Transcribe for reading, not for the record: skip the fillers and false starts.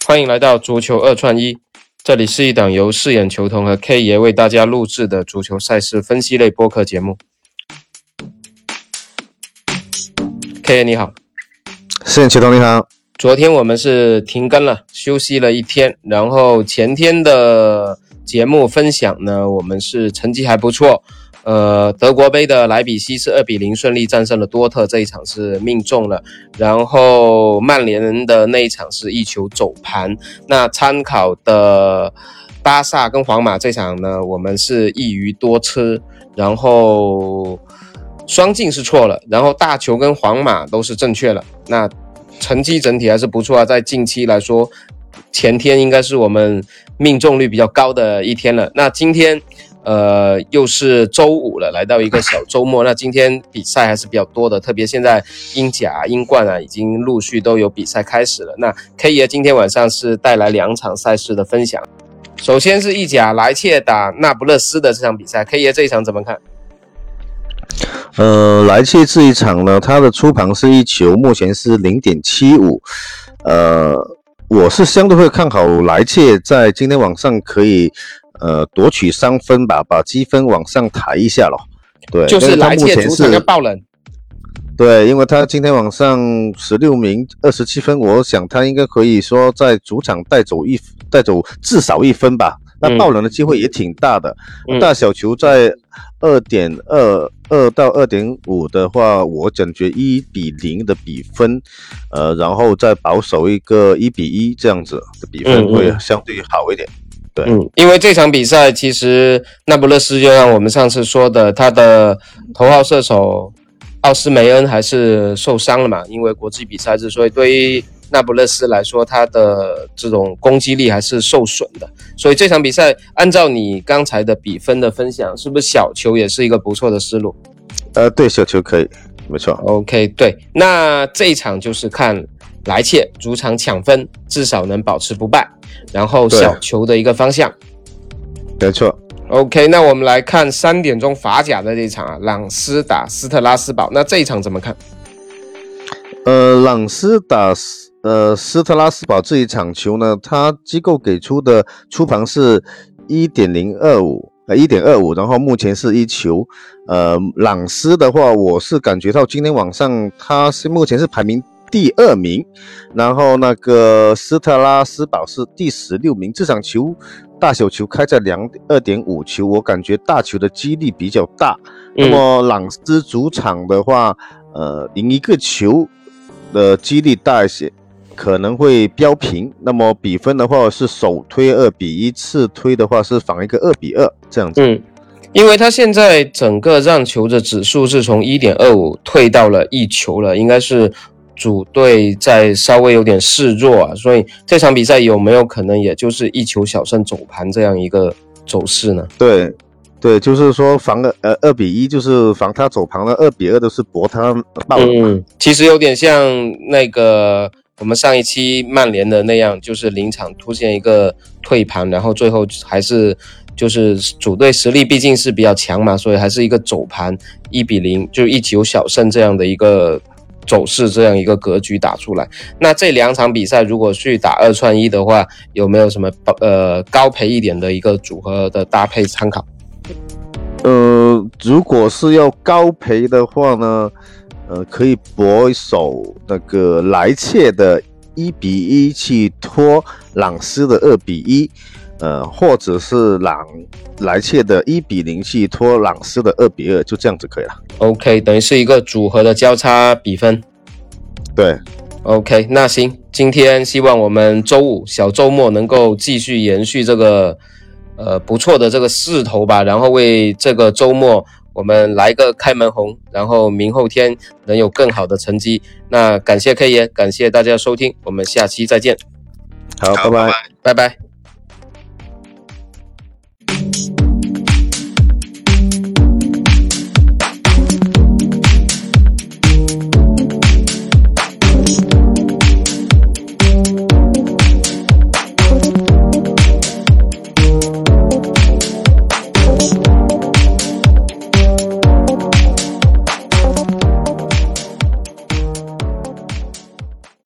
欢迎来到足球二串一，这里是一档由饰演球童和 K 爷为大家录制的足球赛事分析类播客节目。K 爷你好。 饰演球童你好。 昨天我们是停更了，休息了一天，然后前天的节目分享呢，我们是成绩还不错。德国杯的莱比锡是2-0顺利战胜了多特，这一场是命中了，然后曼联的那一场是一球走盘。那参考的巴萨跟皇马这场呢，我们是一鱼多吃，然后双进是错了，然后大球跟皇马都是正确了。那成绩整体还是不错啊，在近期来说，前天应该是我们命中率比较高的一天了。那今天又是周五了，来到一个小周末。那今天比赛还是比较多的，特别现在英甲、英冠啊，已经陆续都有比赛开始了。那 K 爷今天晚上是带来2场赛事的分享。首先是意甲莱切打那不勒斯的这场比赛 ，K 爷这一场怎么看？ 莱切这一场呢，它的出盘是一球，目前是 0.75。我是相对会看好莱切在今天晚上可以夺取3分吧，把积分往上抬一下咯。对， 就是莱切主场要爆冷。 对，因为他今天晚上16名27分，我想他应该可以说在主场带走至少1分吧。那爆冷的机会也挺大的。大小球在 2.22 到 2.5 的话，我感觉1-0的比分，然后再保守一个1-1这样子的比分会相对好一点。对， 因为这场比赛其实那不勒斯就像我们上次说的，他的头号射手奥斯梅恩还是受伤了嘛，因为国际比赛日，所以对于那不勒斯来说，他的这种攻击力还是受损的。所以这场比赛按照你刚才的比分的分享，是不是小球也是一个不错的思路？ 对，小球可以，没错。 OK， 对，那这一场就是看莱切主场抢分，至少能保持不败，然后小球的一个方向。 没错。 OK， 那我们来看3点钟法甲的这一场啊，朗斯打斯特拉斯堡，那这一场怎么看？ 朗斯打斯特拉斯堡这一场球呢，它机构给出的出盘是 1.25，然后目前是1球。朗斯的话，我是感觉到今天晚上它是目前是排名第2名，然后那个斯特拉斯堡是第16名。这场球大小球开在 2.5 球，我感觉大球的几率比较大。那么朗斯主场的话，赢一个球的几率大一些，可能会飙平。那么比分的话是首推2-1，次推的话是仿一个2-2这样子。 因为他现在整个让球的指数是从 1.25 退到了1球了，应该是主队在稍微有点示弱啊，所以这场比赛有没有可能也就是1球小胜走盘这样一个走势呢？ 对，就是说防2-1，就是防他走盘了，2-2都是博他爆冷。 其实有点像那个我们上一期曼联的那样，就是临场出现一个退盘，然后最后还是就是主队实力毕竟是比较强嘛，所以还是一个走盘1-0，就1球小胜这样的一个走势，这样一个格局打出来。那这2场比赛如果去打2串1的话，有没有什么高赔一点的一个组合的搭配参考？ 如果是要高赔的话呢，可以博一手那个莱切的1-1去拖朗斯的2-1，或者是莱切的1-0去拖朗斯的2-2，就这样子可以了。 OK， 等于是一个组合的交叉比分。 对。 OK， 那行，今天希望我们周五小周末能够继续延续这个不错的这个势头吧，然后为这个周末我们来个开门红，然后明后天能有更好的成绩。那感谢 K 爷，感谢大家收听，我们下期再见。 好，拜拜。 拜拜。